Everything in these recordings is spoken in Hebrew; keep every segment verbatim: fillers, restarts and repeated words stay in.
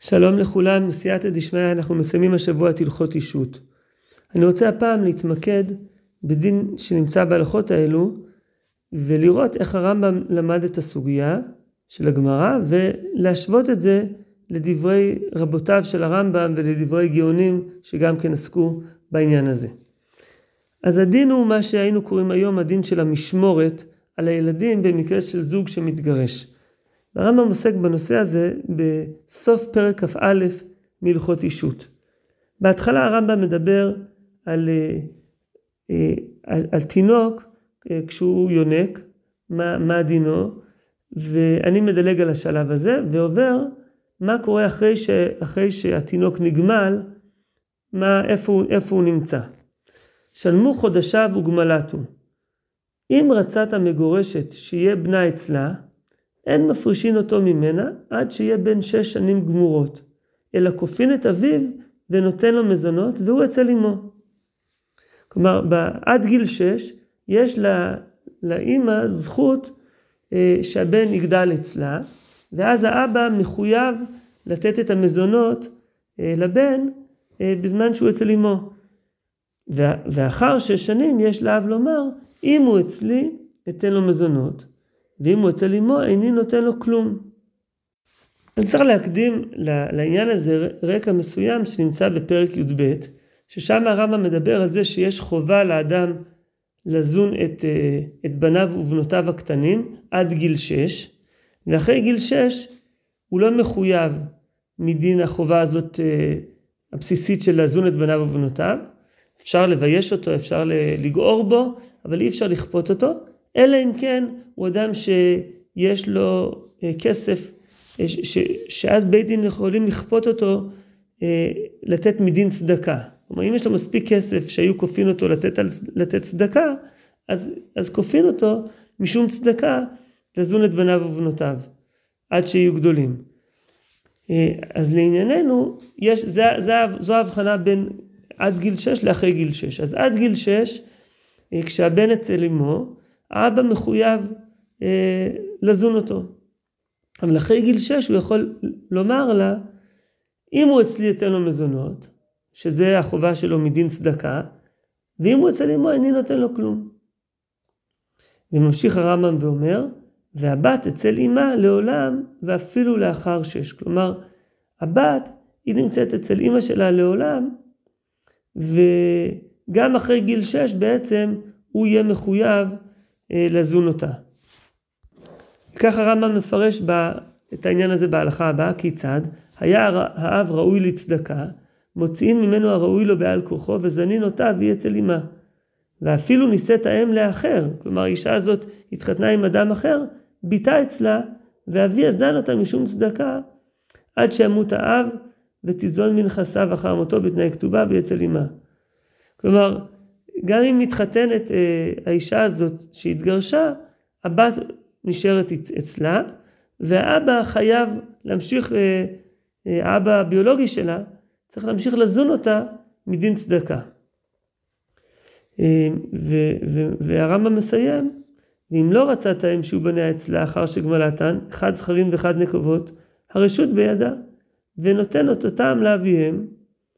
שלום לכולם, בסייעתא דשמיא אנחנו מסיימים השבוע את הלכות אישות. אני רוצה הפעם להתמקד בדין שנמצא בהלכות האלו, ולראות איך הרמב"ם למד את הסוגיה של הגמרא, ולהשוות את זה לדברי רבותיו של הרמב"ם ולדברי גאונים שגם כן עסקו בעניין הזה. אז הדין הוא מה שהיינו קוראים היום הדין של המשמורת על הילדים במקרה של זוג שמתגרש. הרמב"ם עוסק בנושא הזה בסוף פרק כ"א מהלכות אישות. בהתחלה הרמב"ם מדבר על, על, על תינוק כשהוא יונק, מה, מה דינו, ואני מדלג על השלב הזה ועובר מה קורה אחרי, ש, אחרי שהתינוק נגמל, מה, איפה, איפה הוא נמצא. שלמו חודשיו וגמלתו. אם רצת המגורשת שיהיה בנה אצלה, אין מפרישין אותו ממנה עד שיהיה בן שש שנים גמורות, אלא כופין את אביו ונותן לו מזונות והוא אצל אמו. כלומר, עד גיל שש יש לה, לאמא זכות אה, שהבן יגדל אצלה, ואז האבא מחויב לתת את המזונות אה, לבן אה, בזמן שהוא אצל אמו. ואחר שש שנים יש לאב לומר, אם הוא אצלי, אתן לו מזונות. ואם הוא אצל אמו, איני נותן לו כלום. אני צריך להקדים לעניין הזה רקע מסוים שנמצא בפרק י"ב, ששם הרמב"ם מדבר על זה שיש חובה לאדם לזון את, את בניו ובנותיו הקטנים עד גיל שש, ואחרי גיל שש הוא לא מחויב מדין החובה הזאת הבסיסית של לזון את בניו ובנותיו. אפשר לבייש אותו, אפשר לגעור בו, אבל אי אפשר לכפות אותו. אלא אם כן הוא אדם שיש לו כסף, ש, שאז בית דין יכולים לכפות אותו לתת מדין צדקה. כלומר, אם יש לו מספיק כסף שהיו כופין אותו לתת, לתת צדקה, אז, אז כופין אותו משום צדקה לזון את בניו ובנותיו, עד שיהיו גדולים. אז לענייננו, יש, זה, זה, זו ההבחנה בין עד גיל שש לאחרי גיל שש. אז עד גיל שש, כשהבן אצל אמו, האבא מחויב אה, לזון אותו. אבל אחרי גיל שש הוא יכול לומר לה, אם הוא אצלי אתן לו מזונות, שזה החובה שלו מדין צדקה, ואם הוא אצל אמו איני נותן לו כלום. וממשיך הרמב"ם ואומר, והבת אצל אמה לעולם ואפילו לאחר שש. כלומר, הבת היא נמצאת אצל אמא שלה לעולם, וגם אחרי גיל שש בעצם הוא יהיה מחויב לזון אותה. כך הרמב"ם מפרש את העניין הזה בהלכה הבאה, כיצד היה האב ראוי לצדקה, מוציאים ממנו הראוי לו בעל כוחו וזנין אותה והיא אצל אמה. ואפילו נישאת האם לאחר, כלומר האישה הזאת התחתנה עם אדם אחר, ביתה אצלה ואביה זן אותה משום צדקה, עד שימות האב ותיזון מנכסיו אחר מותו בתנאי כתובה והיא אצל אמה. כלומר, גם אם מתחתנת אה, האישה הזאת שהתגרשה, הבת נשארת אצלה, והאבא חייב להמשיך, אה, אה, האבא הביולוגי שלה, צריך להמשיך לזון אותה מדין צדקה. אה, ו- ו- והרמב"ם מסיים, ואם לא רצת האם שהוא בניה אצלה אחר שגמלתן, אחד זכרים ואחד נקבות, הרשות בידה, ונותנת אותם לאביהם,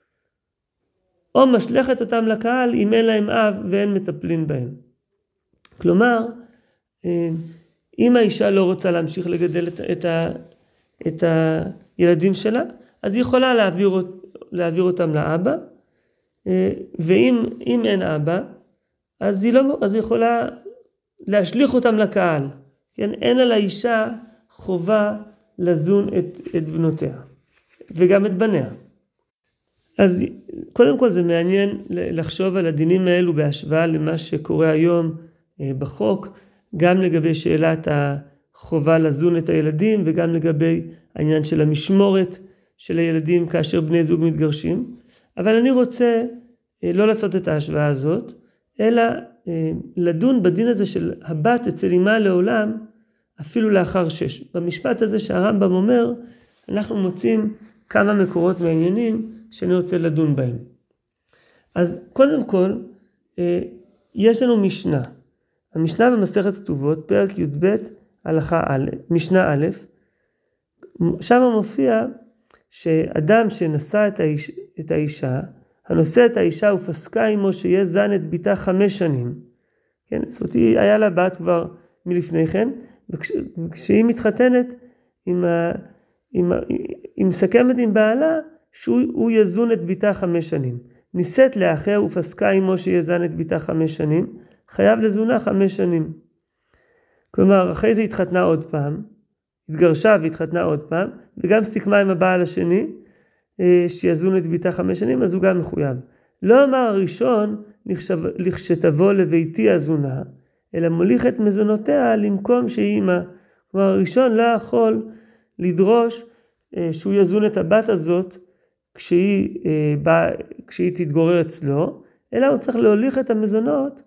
או משלחת אותם לקהל אם אין להם אב ואין מטפלים בהם. כלומר, אם האישה לא רוצה להמשיך לגדל את, את, ה, את הילדים שלה, אז היא יכולה להעביר, להעביר אותם לאבא, ואם אם אין אבא, אז היא, לא, אז היא יכולה להשליך אותם לקהל. כן? אין על האישה חובה לזון את, את בנותיה, וגם את בניה. אז קודם כל זה מעניין לחשוב על הדינים האלו בהשוואה למה שקורה היום בחוק, גם לגבי שאלת החובה לזון את הילדים, וגם לגבי העניין של המשמורת של הילדים כאשר בני זוג מתגרשים. אבל אני רוצה לא לעשות את ההשוואה הזאת, אלא לדון בדין הזה של הבת אצל אמה לעולם, אפילו לאחר שש. במשפט הזה שהרמב"ם אומר, אנחנו מוצאים כמה מקורות מעניינים שאני רוצה לדון בהם. אז קודם כל, יש לנו משנה. המשנה במסכת כתובות, פרק י"ב, הלכה א', משנה א', שם מופיע שאדם שנשא את, האיש, את האישה, הנושא את האישה ופסקה עמו שיהיה זן את ביתה חמש שנים. כן, זאת אומרת, היה לה בת כבר מלפני כן, וכש, וכשהיא מתחתנת, עם ה, עם ה, היא מסכמת עם בעלה, שהוא יזון את ביתה חמש שנים. נישאת לאחר ופסקה עמו שיהיה זן את ביתה חמש שנים, חייב לזונה חמש שנים. כלומר, אחרי זה התחתנה עוד פעם, התגרשה והתחתנה עוד פעם, וגם סיכמה עם הבעל השני, שיזון את ביתה חמש שנים, אז הוא גם מחויב. לא אמר הראשון, לכשתבוא לביתי הזונה, אלא מוליך את מזונותיה למקום שהיא עמה. כלומר, הראשון לא יכול לדרוש שהוא יזון את הבת הזאת, כשהיא, בא, כשהיא תתגורר אצלו, אלא הוא צריך להוליך את המזונות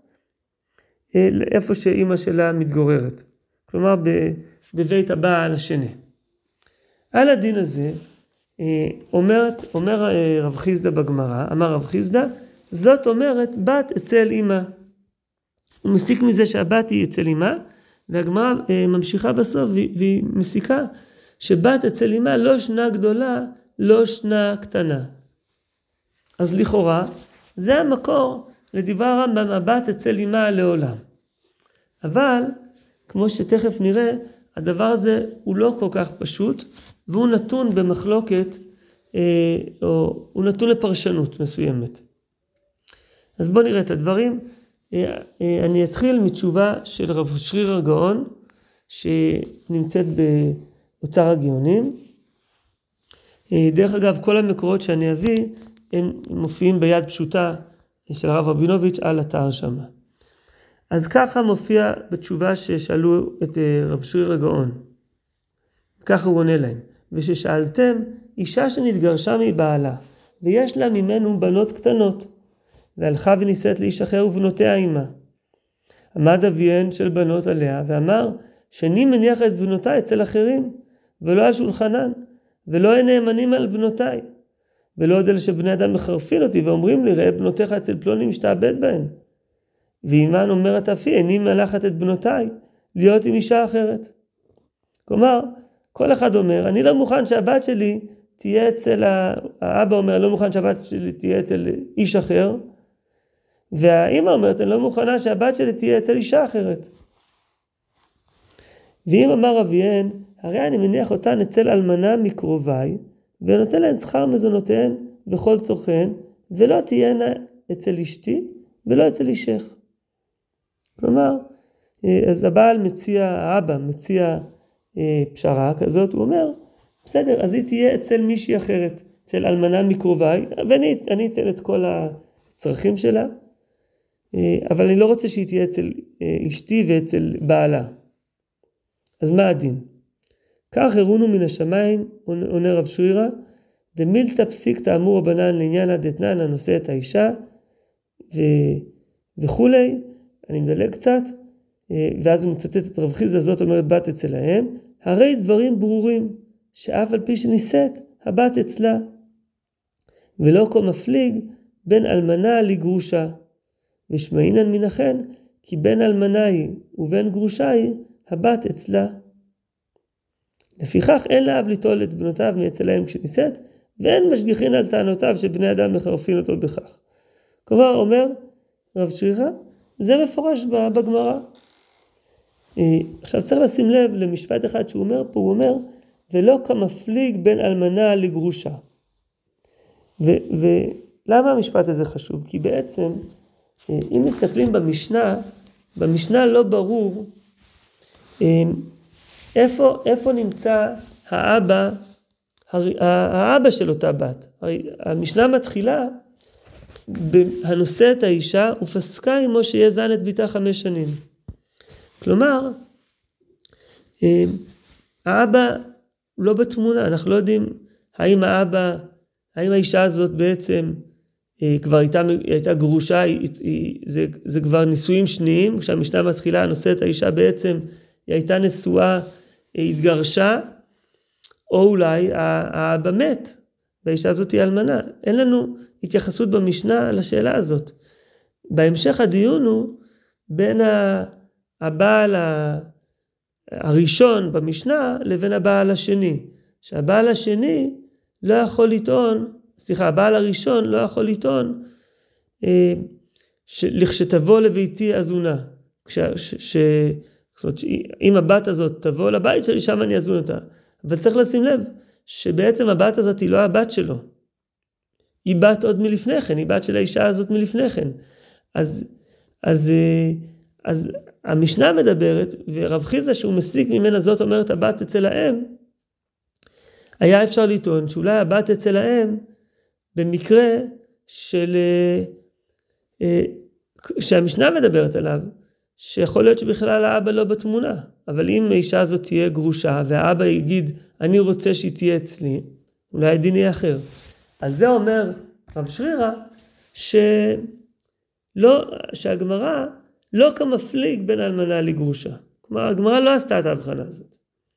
לאיפה שאימא שלה מתגוררת. כלומר, בבית הבעל השני. על הדין הזה, אומר, אומר רב חיסדא בגמרא, אמר רב חיסדא, זאת אומרת בת אצל אימא. הוא מסיק מזה שהבת היא אצל אימא, והגמרא ממשיכה בסוף והיא מסיקה שבת אצל אימא לא שנה גדולה, לא שנה קטנה. אז לכאורה, זה המקור לדבר הרמב"ם, הבת אצל אימא לעולם. אבל, כמו שתכף נראה, הדבר הזה הוא לא כל כך פשוט, והוא נתון במחלוקת, אה, או הוא נתון לפרשנות מסוימת. אז בואו נראה את הדברים. אה, אה, אני אתחיל מתשובה של רב שריר הגאון, שנמצאת באוצר הגאונים. אה, דרך אגב, כל המקורות שאני אביא, הם מופיעים ביד פשוטה של הרב רבינוביץ' על אתר שם. אז ככה מופיע בתשובה ששאלו את רב שריר הגאון. ככה הוא עונה להם. וששאלתם, אישה שנתגרשה מבעלה, ויש לה ממנו בנות קטנות, והלכה ונישאת לאיש אחר ובנותיה עמה. עמד אביהן של בנות עליה, ואמר, שאני מניח את בנותיי אצל אחרים, ולא על שולחנן, ולא הם נאמנים על בנותיי. ולא יודע שבני אדם מחרפין אותי, ואומרים לי, ראה בנותיך אצל פלוני משתעבד בהן. ואימן אומרת אפי, איני מלכת את בנותיי, להיות עם אישה אחרת. כלומר, כל אחד אומר, אני לא מוכן שהבת שלי תהיה אצל, האבא אומר, לא מוכן שהבת שלי תהיה אצל איש אחר, והאמא אומרת, אני לא מוכנה שהבת שלי תהיה אצל אישה אחרת. ואם אמר אביהן, הרי אני מניח אותן אצל אלמנה מקרוביי, ונותן להן שכר מזונותיהן וכל צורכיהן, ולא תהיינה אצל אשתי ולא אצל אישך. כלומר, אז הבעל מציע, האבא מציע אה, פשרה כזאת, הוא אומר, בסדר, אז היא תהיה אצל מישהי אחרת, אצל אלמנה מקרוביי, ואני אני אתן את כל הצרכים שלה, אה, אבל אני לא רוצה שהיא תהיה אצל אה, אשתי ואצל בעלה. אז מה הדין? כך הרונו מן השמיים, עונה רב שרירא, דמילתא פסיק תאמור רבנן לעניין הדתנן הנושא את האישה, ו... וכולי, אני מדלג קצת, ואז הוא מצטט את רב חיסדא, זאת אומרת בת אצל האם, הרי דברים ברורים, שאף על פי שנישאת, הבת אצלה, ולא כה מפליג בין אלמנה לגרושה, ושמעינן מן החן, כי בין אלמנה היא ובין גרושה היא, הבת אצלה. לפיכך אין לאב ליטול את בנותיו מאצל האם כשנישאת, ואין משגיחין על טענותיו שבני אדם מחרפין אותו בכך. כלומר, אומר רב שרירא, זה מפורש בגמרא. עכשיו צריך לשים לב למשפט אחד שהוא אומר פה, הוא אומר, ולא כמפליג בין אלמנה לגרושה. ו- ולמה המשפט הזה חשוב? כי בעצם, אם מסתכלים במשנה, במשנה לא ברור, איפה, איפה נמצא האבא, האבא של אותה בת. המשנה מתחילה, הנושא את האישה ופסקה עמו שיהיה זן את ביתה חמש שנים. כלומר, האבא לא בתמונה, אנחנו לא יודעים האם האבא, האם האישה הזאת בעצם כבר הייתה, הייתה גרושה, זה, זה כבר נישואים שניים, כשהמשנה מתחילה, הנושא את האישה בעצם, היא הייתה נשואה, היא התגרשה, או אולי האבא מת, והאישה הזאת היא אלמנה. אין לנו התייחסות במשנה לשאלה הזאת. בהמשך הדיון הוא בין הבעל הראשון במשנה לבין הבעל השני. שהבעל השני לא יכול לטעון, סליחה, הבעל הראשון לא יכול לטעון, אה, לכשתבוא לביתי הזונה. כש, ש, ש, זאת אומרת, אם הבת הזאת תבוא לבית שלי, שם אני אזון אותה. אבל צריך לשים לב, שבעצם הבת הזאת היא לא הבת שלו. היא בת עוד מלפני כן, היא בת של האישה הזאת מלפני כן. אז, אז, אז המשנה מדברת, ורב חיסדא שהוא מסיק ממנה זאת אומרת הבת אצל האם, היה אפשר לטעון שאולי הבת אצל האם, במקרה של, שהמשנה מדברת עליו, שיכול להיות שבכלל האבא לא בתמונה, אבל אם האישה הזאת תהיה גרושה, והאבא יגיד, אני רוצה שהיא תהיה אצלי, אולי הדין יהיה אחר. אז זה אומר רב שרירא, שלא, שהגמרא לא כמפליג בין אלמנה לגרושה. כלומר, הגמרא לא עשתה את ההבחנה הזאת.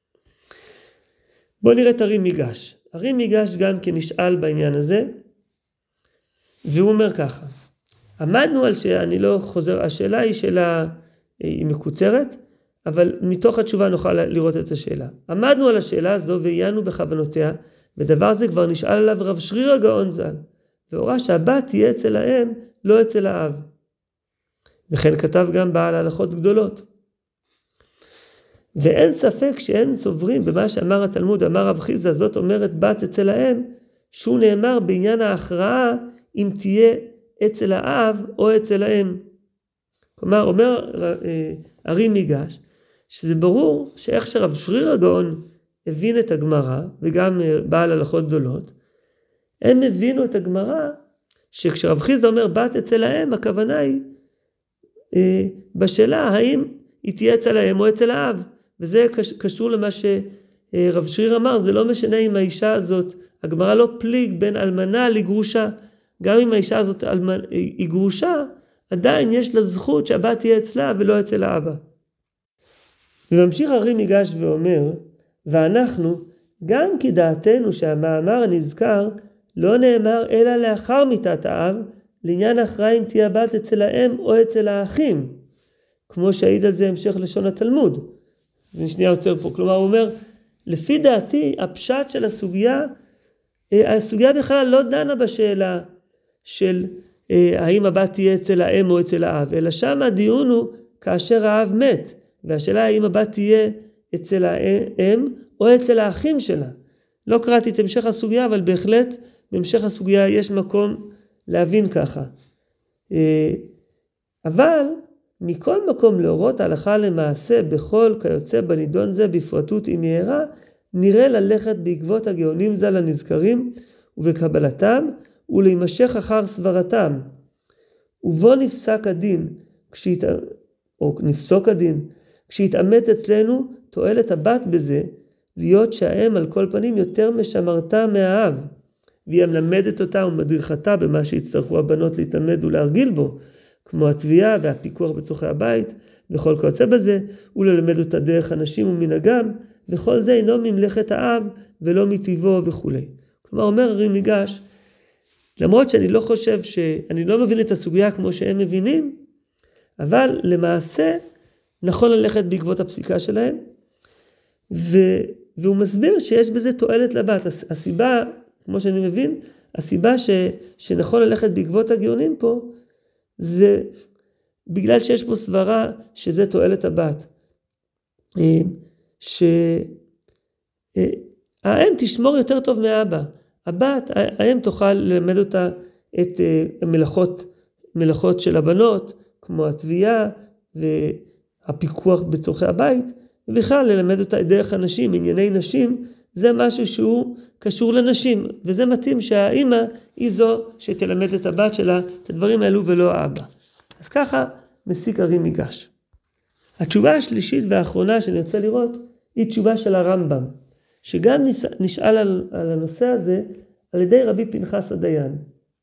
בואו נראה את הרי מיגש. הרי מיגש גם כן נשאל בעניין הזה, והוא אומר ככה, עמדנו על שאני לא חוזר, השאלה היא שאלה, היא מקוצרת, אבל מתוך התשובה נוכל לראות את השאלה. עמדנו על השאלה הזו ועיינו בכוונותיה, ודבר זה כבר נשאל עליו רב שרירא גאון ז"ל, והורה שהבת תהיה אצל האם, לא אצל האב. וכן כתב גם בעל הלכות גדולות. ואין ספק שאין סוברים במה שאמר התלמוד, אמר רב חיסדא, זאת אומרת בת אצל האם, שהוא נאמר בעניין ההכרעה אם תהיה אצל האב או אצל האם. כלומר, אומר הרי מיגש, שזה ברור שאיך שרב שרירא גאון הבין את הגמרא, וגם בעל הלכות גדולות, הם הבינו את הגמרא, שכשרב חיסדא אומר בת אצל האם, הכוונה היא, בשאלה האם היא תהיה אצל האם או אצל האב, וזה קשור למה שרב שרירא אמר, זה לא משנה אם האישה הזאת, הגמרא לא פליג בין אלמנה לגרושה, גם אם האישה הזאת היא גרושה, עדיין יש לה זכות שהבת תהיה אצלה ולא אצל האבא. וממשיך הרי מיגש ואומר, ואנחנו, גם כי דעתנו שהמאמר הנזכר לא נאמר אלא לאחר מיתת האב, לעניין הכרעה אם תהיה הבת אצל האם או אצל האחים, כמו שהעיד על זה המשך לשון התלמוד. ושנייה עוצר פה, כלומר הוא אומר, לפי דעתי הפשט של הסוגיה, הסוגיה בכלל לא דנה בשאלה של האם הבת תהיה אצל האם או אצל האב, אלא שם הדיון הוא כאשר האב מת, והשאלה האם הבת תהיה אצל האם או אצל האחים שלה. לא קראתי את המשך הסוגיה, אבל בהחלט בהמשך הסוגיה יש מקום להבין ככה. אבל מכל מקום להורות הלכה למעשה בכל כיוצא בנידון זה בפרטות עם יערה, נראה ללכת בעקבות הגאונים ז"ל הנזכרים ובקבלתם ולהימשך אחר סברתם. ובו נפסק הדין, כשית... או נפסוק הדין, כשהתאמת אצלנו תועלת הבת בזה, להיות שהאם על כל פנים יותר משמרתה מהאב, והיא מלמדת אותה ומדריכתה במה שיצטרכו הבנות להתעמד ולהרגיל בו, כמו התביעה והפיקוח בצורכי הבית, וכל כיוצא בזה, וללמד אותה דרך אנשים ומנהגם, וכל זה אינו ממלכת האב ולא מטבעו וכו'. כלומר אומר הרי מיגש, למרות שאני לא חושב שאני לא מבין את הסוגיה כמו שהם מבינים, אבל למעשה נכון ללכת בעקבות הפסיקה שלהם, ו, והוא מסביר שיש בזה תועלת לבת. הסיבה, כמו שאני מבין, הסיבה ש, שנכון ללכת בעקבות הגאונים פה, זה בגלל שיש פה סברה שזה תועלת הבת. שהאם תשמור יותר טוב מאבא. הבת, האם תוכל ללמד אותה את מלאכות, מלאכות של הבנות, כמו התביעה והפיקוח בצורכי הבית, ובכלל ללמד אותה את דרך הנשים, ענייני נשים, זה משהו שהוא קשור לנשים, וזה מתאים שהאימא היא זו שתלמד את הבת שלה את הדברים האלו ולא האבא. אז ככה מסיק הרי מיגש. התשובה השלישית והאחרונה שאני רוצה לראות היא תשובה של הרמב"ם, שגם נשאל על, על הנושא הזה על ידי רבי פנחס הדיין.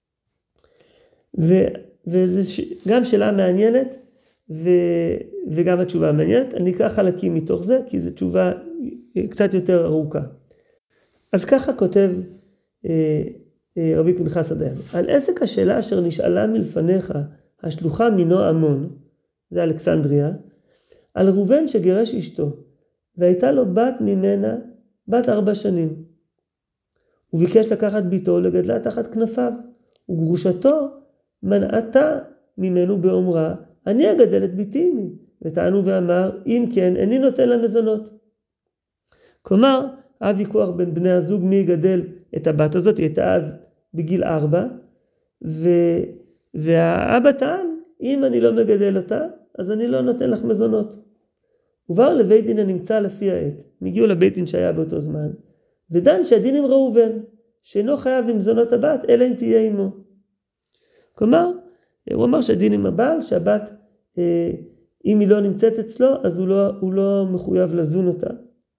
ו, וזה גם שאלה מעניינת ו, וגם התשובה מעניינת. אני אקח חלקים מתוך זה כי זו תשובה קצת יותר ארוכה. אז ככה כותב אה, אה, רבי פנחס הדיין. על עסק השאלה אשר נשאלה מלפניך השלוחה מינו עמון, זה אלכסנדריה, על ראובן שגירש אשתו, והייתה לו בת ממנה בת ארבע שנים. הוא ביקש לקחת ביתו לגדלה תחת כנפיו, וגרושתו מנעתה ממנו באומרה, אני אגדל את ביתי עמי, וטענו ואמר, אם כן, איני נותן לה מזונות. כלומר, היה ויכוח בין בני הזוג מי יגדל את הבת הזאת, היא הייתה אז בגיל ארבע, ו... והאבא טען, אם אני לא מגדל אותה, אז אני לא נותן לך מזונות. ובאו לבית דין הנמצא לפי העת, הם הגיעו לבית דין שהיה באותו זמן, ודן שהדין עם ראובן, שאינו חייב עם מזונות הבת, אלא אם תהיה עמו. כלומר, הוא אמר שהדין עם הבעל, שהבת, אם היא לא נמצאת אצלו, אז הוא לא, הוא לא מחויב לזון אותה.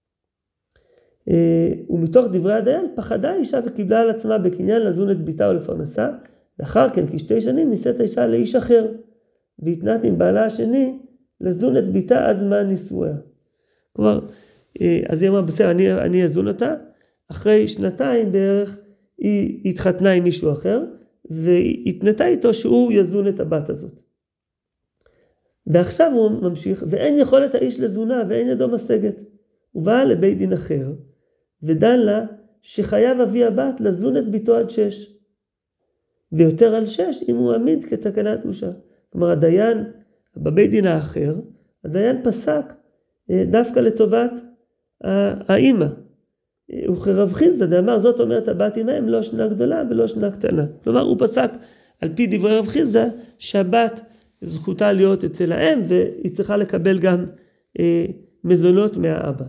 ומתוך דברי הדיין, פחדה אישה וקיבלה על עצמה בקניין לזון את ביתה ולפרנסה, לאחר כן כשתי שנים נישאת האישה לאיש אחר, והתנעת עם בעלה השני לזון את ביתה עד זמן נישואיה. כלומר, אז היא אמרה, בסדר, אני, אני אזון אותה, אחרי שנתיים בערך היא התחתנה עם מישהו אחר, והתנתה איתו שהוא יזון את הבת הזאת. ועכשיו הוא ממשיך, ואין יכולת האיש לזונה ואין ידו משגת. הוא בא לבית דין אחר, ודן לה שחייב אבי הבת לזון את ביתו עד שש. ויותר על שש אם הוא עמיד כתקנת אושה. כלומר, הדיין, בבית דין האחר, הדיין פסק דווקא לטובת האמא. וכרב חיסדא דאמר, זאת אומרת הבת עמהם לא שנה גדולה ולא שנה קטנה. כלומר, הוא פסק על פי דברי רב חיסדא שהבת זכותה להיות אצל האם, והיא צריכה לקבל גם אה, מזונות מהאבא.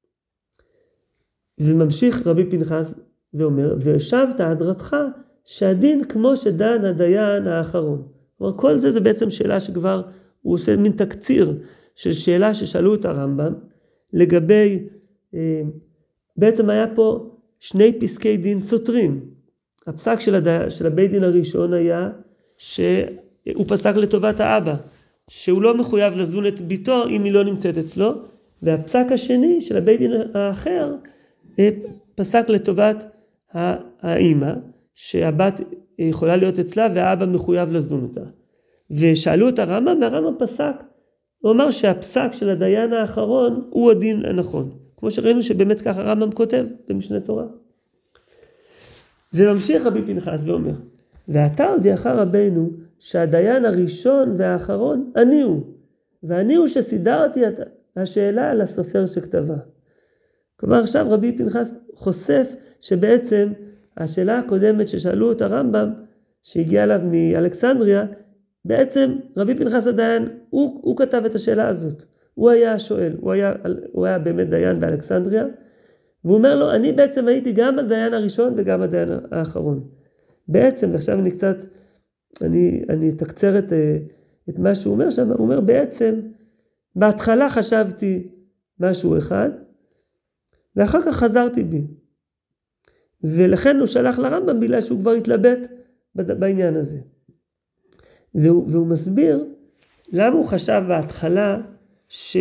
וממשיך רבי פנחס ואומר, והשבת הדרתך שהדין כמו שדן הדיין האחרון. כלומר, כל זה זה בעצם שאלה שכבר הוא עושה מין תקציר של שאלה ששאלו את הרמב"ם, לגבי, אה, בעצם היה פה שני פסקי דין סותרים. הפסק של, הדי, של הבית דין הראשון היה שהוא פסק לטובת האבא, שהוא לא מחויב לזון את ביתו אם היא לא נמצאת אצלו, והפסק השני של הבית דין האחר פסק לטובת האמא, שהבת יכולה להיות אצלה והאבא מחויב לזון אותה. ושאלו את הרמב"ם, והרמב"ם פסק, הוא אמר שהפסק של הדיין האחרון הוא הדין הנכון, כמו שראינו שבאמת ככה הרמב"ם כותב במשנה תורה. וממשיך רבי פנחס ואומר, ואתה הודיעך רבנו שהדיין הראשון והאחרון אני הוא, ואני הוא שסידרתי את השאלה על הסופר שכתבה. כלומר עכשיו רבי פנחס חושף שבעצם השאלה הקודמת ששאלו את הרמב"ם, שהגיע אליו מאלכסנדריה, בעצם רבי פנחס הדיין, הוא, הוא כתב את השאלה הזאת. הוא היה השואל, הוא היה, הוא היה באמת דיין באלכסנדריה, והוא אומר לו, אני בעצם הייתי גם הדיין הראשון וגם הדיין האחרון. בעצם, ועכשיו אני קצת, אני, אני אתקצר את, את מה שהוא אומר שם, הוא אומר בעצם, בהתחלה חשבתי משהו אחד, ואחר כך חזרתי בי. ולכן הוא שלח לרמב"ם בגלל שהוא כבר התלבט בעניין הזה. והוא, והוא מסביר למה הוא חשב בהתחלה ש,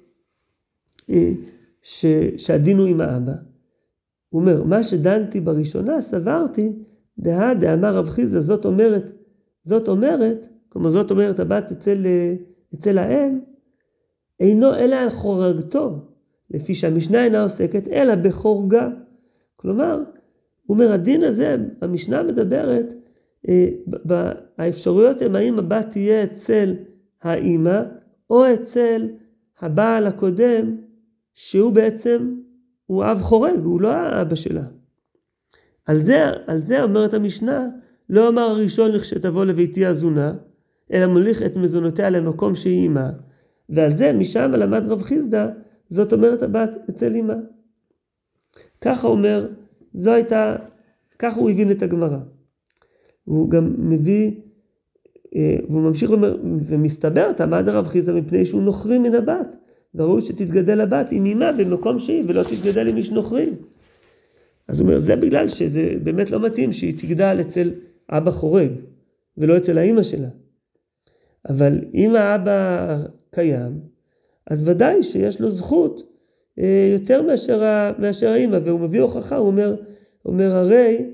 ש, שהדין הוא עם האבא. הוא אומר, מה שדנתי בראשונה סברתי, דה דאמר רב חיסדא, זאת אומרת, זאת אומרת, כלומר זאת אומרת הבת אצל, אצל האם, אינו אלא על חורגתו, לפי שהמשנה אינה עוסקת, אלא בחורגה. כלומר, הוא אומר, הדין הזה, המשנה מדברת, האפשרויות הן האם הבת תהיה אצל האמא, או אצל הבעל הקודם, שהוא בעצם, הוא אב חורג, הוא לא האבא שלה. על זה, על זה אומרת המשנה, לא אמר הראשון לכשתבוא לביתי הזונה, אלא מוליך את מזונותיה למקום שהיא אימה, ועל זה משם למד רב חיסדא, זאת אומרת הבת אצל אימה. ככה אומר, זו הייתה, ככה הוא הבין את הגמרא. הוא גם מביא, והוא ממשיך ואומר, ומסתבר, תעמד הרב חיסדא מפני שהוא נוכרי מן הבת, וראוי שתתגדל הבת עם אימה במקום שהיא, ולא תתגדל עם איש נוכרי. אז הוא אומר, זה בגלל שזה באמת לא מתאים שהיא תגדל אצל אבא חורג, ולא אצל האמא שלה. אבל אם האבא קיים, אז ודאי שיש לו זכות יותר מאשר, מאשר האמא, והוא מביא הוכחה, הוא אומר, אומר הרי,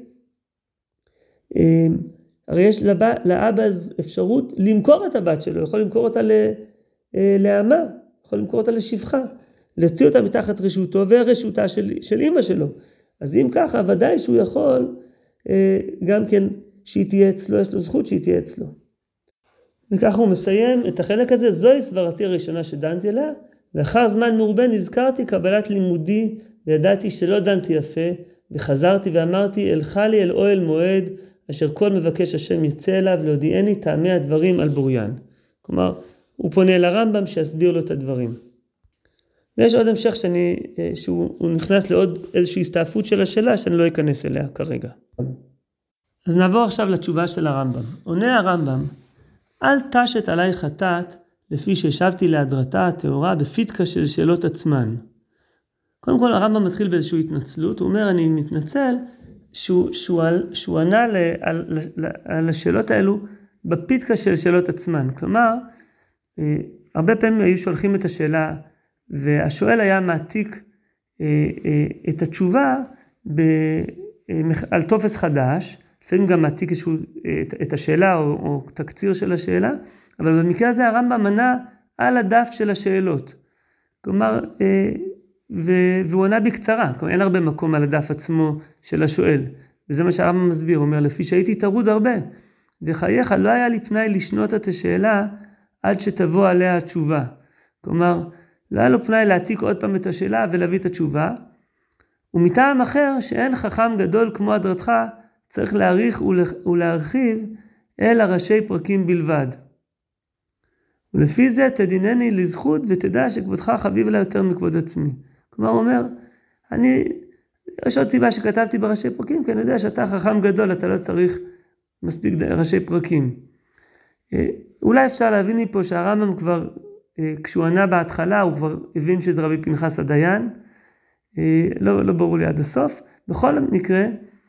הרי יש לאבא, לאבא אפשרות למכור את הבת שלו, יכול למכור אותה לאמה, יכול למכור אותה לשפחה, להוציא אותה מתחת רשותו ורשותה של, של אמא שלו. אז אם ככה, ודאי שהוא יכול אה, גם כן שהיא תהיה אצלו, יש לו זכות שהיא תהיה אצלו. וככה הוא מסיים את החלק הזה, זוהי סברתי הראשונה שדנתי עליה, לאחר זמן מרובה נזכרתי קבלת לימודי, וידעתי שלא דנתי יפה, וחזרתי ואמרתי, אלכה לי אל אוהל מועד, אשר כל מבקש השם יצא אליו, להודיעני טעמי הדברים על בוריין. כלומר, הוא פונה לרמב"ם שיסביר לו את הדברים. ויש עוד המשך שאני, שהוא נכנס לעוד איזושהי הסתעפות של השאלה, שאני לא אכנס אליה כרגע. אז נעבור עכשיו לתשובה של הרמב"ם. עונה הרמב"ם, אל תשת עליי חטאת, לפי שישבתי להדרתה הטהורה בפיתקה של שאלות עצמן. קודם כל הרמב"ם מתחיל באיזושהי התנצלות, הוא אומר אני מתנצל שהוא, שהוא, שהוא ענה על, על, על השאלות האלו בפיתקה של שאלות עצמן. כלומר, הרבה פעמים היו שולחים את השאלה, והשואל היה מעתיק את התשובה על טופס חדש, לפעמים גם מעתיק את השאלה או, או תקציר של השאלה, אבל במקרה הזה הרמב"ם ענה על הדף של השאלות. כלומר, והוא ענה בקצרה, כלומר אין הרבה מקום על הדף עצמו של השואל. וזה מה שהרמב"ם מסביר, הוא אומר, לפי שהייתי טרוד הרבה, וחייך לא היה לי פנאי לשנות את השאלה עד שתבוא עליה התשובה. כלומר, לא היה לו פנאי להעתיק עוד פעם את השאלה ולהביא את התשובה, ומטעם אחר שאין חכם גדול כמו הדרתך, צריך להאריך ולהרחיב אל הראשי פרקים בלבד. ולפי זה תדינני לזכות ותדע שכבודך חביב לה יותר מכבוד עצמי. כלומר הוא אומר, אני, יש עוד סיבה שכתבתי בראשי פרקים, כי אני יודע שאתה חכם גדול, אתה לא צריך מספיק ראשי פרקים. אולי אפשר להבין מפה שהרמב"ם כבר, כשהוא ענה בהתחלה, הוא כבר הבין שזה רבי פנחס הדיין, לא, לא ברור לי עד הסוף. בכל מקרה,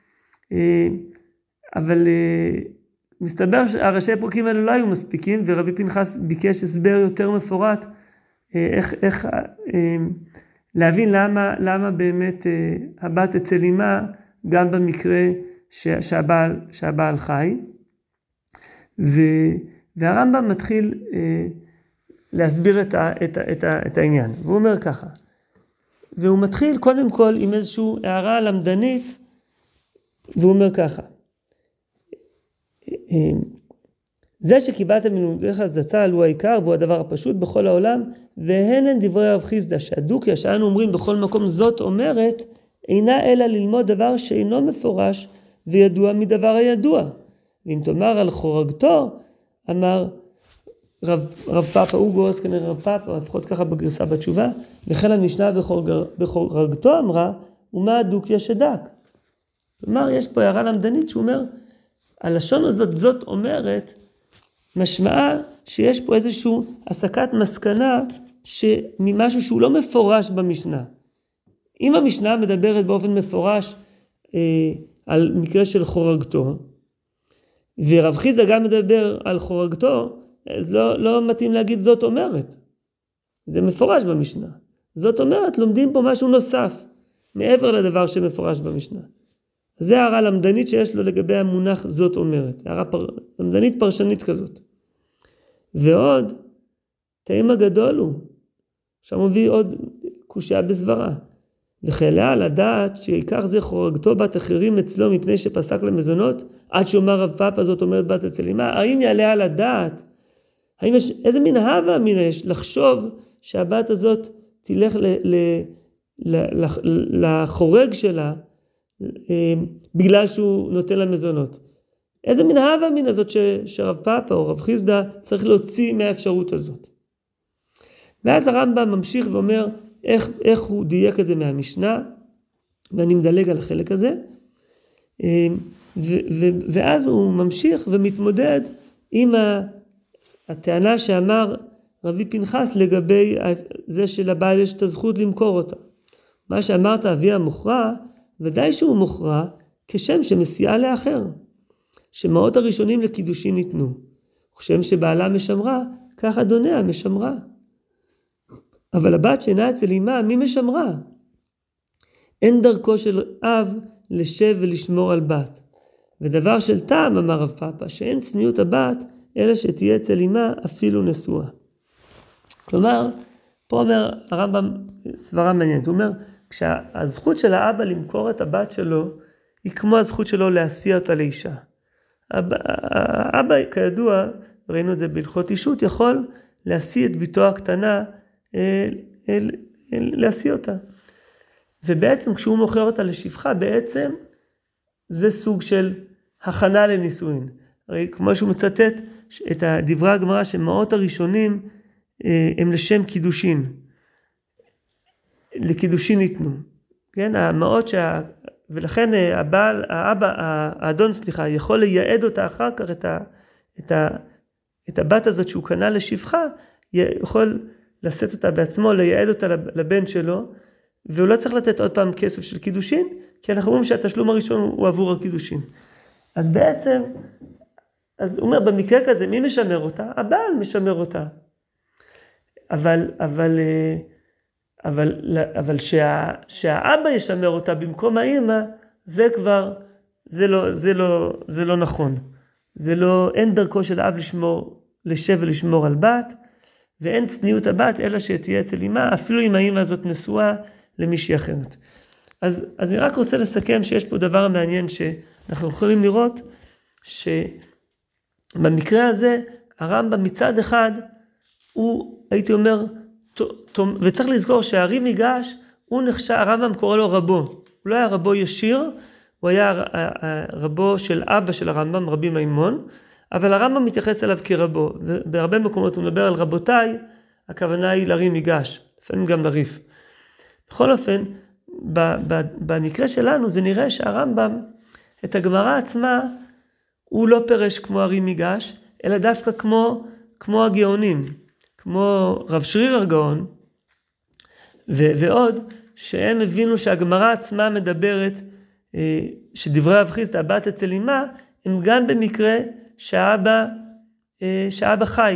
אבל מסתבר שהראשי פרקים האלו לא היו מספיקים, ורבי פנחס ביקש הסבר יותר מפורט, איך, איך להבין למה, למה באמת הבת אצל אמה, גם במקרה שהבעל, שהבעל חי. ו, והרמב"ם מתחיל להסביר את, ה, את, ה, את, ה, את העניין. והוא אומר ככה, והוא מתחיל קודם כל עם איזושהי הערה למדנית, והוא אומר ככה, זה שקיבלת מלימודיך זצ"ל הוא העיקר והוא הדבר הפשוט בכל העולם, והן הן דברי רב חיסדא שהדוקיה שאנו אומרים בכל מקום זאת אומרת, אינה אלא ללמוד דבר שאינו מפורש וידוע מדבר הידוע. ואם תאמר על חורגתו, אמר רב, רב פאפה אוגוס, כנראה רב פאפה, לפחות ככה בגרסה בתשובה, וכן המשנה בחורגתו אמרה, ומה הדוקיה שדק? כלומר, יש פה הערה למדנית שהוא אומר, הלשון הזאת, זאת אומרת, משמעה שיש פה איזושהי הסקת מסקנה ממשהו שהוא לא מפורש במשנה. אם המשנה מדברת באופן מפורש אה, על מקרה של חורגתו, ורב חיסדא גם מדבר על חורגתו, אז לא, לא מתאים להגיד זאת אומרת. זה מפורש במשנה. זאת אומרת, לומדים פה משהו נוסף, מעבר לדבר שמפורש במשנה. זה הערה למדנית שיש לו לגבי המונח זאת אומרת. הערה פר... למדנית פרשנית כזאת. ועוד, תאימה גדול הוא. עכשיו מביא עוד קושיה בסברה. וחיילה לדעת שעיקר זה חורגתו בת אחרים אצלו מפני שפסק למזונות, עד שאומר רב פאפה זאת אומרת בת אצל אמה. האם יעלה על הדעת? האם יש, איזה מין הווה מן יש לחשוב שהבת הזאת תלך ל, ל, ל, ל, לחורג שלה, בגלל שהוא נותן לה מזונות. איזה מן ההווה מן הזאת ש, שרב פאפה או רב חיסדא צריך להוציא מהאפשרות הזאת. ואז הרמב"ם ממשיך ואומר איך, איך הוא דייק את זה מהמשנה, ואני מדלג על החלק הזה, ו, ו, ואז הוא ממשיך ומתמודד עם הטענה שאמר רבי פנחס לגבי זה שלבעל יש את הזכות למכור אותה. מה שאמרת אבי המוכרע, ודאי שהוא מוכרע כשם שמסיעה לאחר. שמעות הראשונים לקידושין ניתנו. וכשם שבעלה משמרה, כך אדוניה משמרה. אבל הבת שאינה אצל אמה, מי משמרה? אין דרכו של אב לשב ולשמור על בת. ודבר של טעם, אמר רב פאפה, שאין צניעות הבת, אלא שתהיה אצל אמה אפילו נשואה. כלומר, פה אומר הרמב"ם סברה מעניינת, הוא אומר, כשהזכות של האבא למכור את הבת שלו, היא כמו הזכות שלו להסיע אותה לאישה. האבא, האבא כידוע, ראינו את זה בהלכות אישות, יכול להשיא את ביתו הקטנה, להשיא אותה. ובעצם כשהוא מוכר אותה לשפחה, בעצם זה סוג של הכנה לנישואין. הרי כמו שהוא מצטט את דברי הגמרא שמעות הראשונים הם לשם קידושין. לקידושין ניתנו. כן, המעות שה... ולכן הבעל, האבא, האדון, סליחה, יכול לייעד אותה אחר כך את ה... את ה... את הבת הזאת שהוא קנה לשפחה, יכול לשאת אותה בעצמו, לייעד אותה לבן שלו, והוא לא צריך לתת עוד פעם כסף של קידושין, כי אנחנו אומרים שהתשלום הראשון הוא עבור הקידושין. אז בעצם, אז הוא אומר, במקרה כזה, מי משמר אותה? הבעל משמר אותה. אבל, אבל, אבל, אבל שה, שהאבא ישמר אותה במקום האמא, זה כבר, זה לא, זה לא, זה לא נכון. זה לא, אין דרכו של אב לשמור, לשב ולשמור על בת, ואין צניעות הבת, אלא שתהיה אצל אמא, אפילו אם האמא הזאת נשואה למישהי אחרת. אז, אז אני רק רוצה לסכם שיש פה דבר מעניין שאנחנו יכולים לראות, שבמקרה הזה, הרמב"ם מצד אחד, הוא, הייתי אומר, וצריך לזכור שהארי מיגש, הוא נחשב, הרמב"ם קורא לו רבו, הוא לא היה רבו ישיר, הוא היה רבו של אבא של הרמב"ם, רבי מימון, אבל הרמב"ם מתייחס אליו כרבו, ובהרבה מקומות הוא מדבר על רבותיי, הכוונה היא לארי מיגש, לפעמים גם לריף. בכל אופן, במקרה שלנו זה נראה שהרמב"ם, את הגמרא עצמה, הוא לא פרש כמו ארי מיגש, אלא דווקא כמו, כמו הגאונים, כמו רב שריר הגאון, ועוד, שהם הבינו שהגמרא עצמה מדברת, שדברי רב חיסדא, הבת אצל אמא, הם גם במקרה שהאבא, שהאבא חי.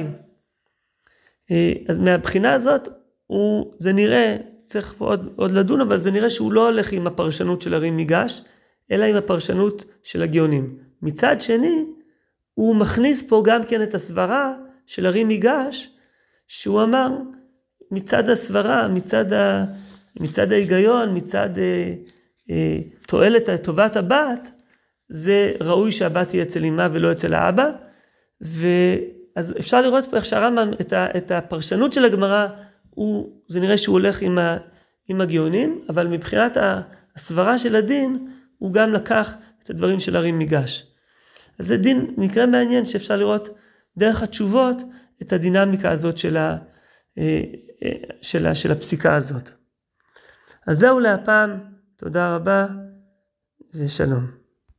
אז מהבחינה הזאת, הוא, זה נראה, צריך עוד, עוד לדון, אבל זה נראה שהוא לא הולך עם הפרשנות של ארי מיגש, אלא עם הפרשנות של הגאונים. מצד שני, הוא מכניס פה גם כן את הסברה של ארי מיגש, שהוא אמר, מצד הסברה, מצד, ה, מצד ההיגיון, מצד אה, תועלת טובת הבת, זה ראוי שהבת תהיה אצל אמא ולא אצל האבא, ואז אפשר לראות פה איך שהרמב"ם, את, את הפרשנות של הגמרא, הוא, זה נראה שהוא הולך עם, ה, עם הגאונים, אבל מבחינת הסברה של הדין, הוא גם לקח את הדברים של ארי מיגש. אז זה דין, מקרה מעניין שאפשר לראות דרך התשובות, את הדינמיקה הזאת של, ה, של, ה, של הפסיקה הזאת. אז זהו להפעם, תודה רבה ושלום.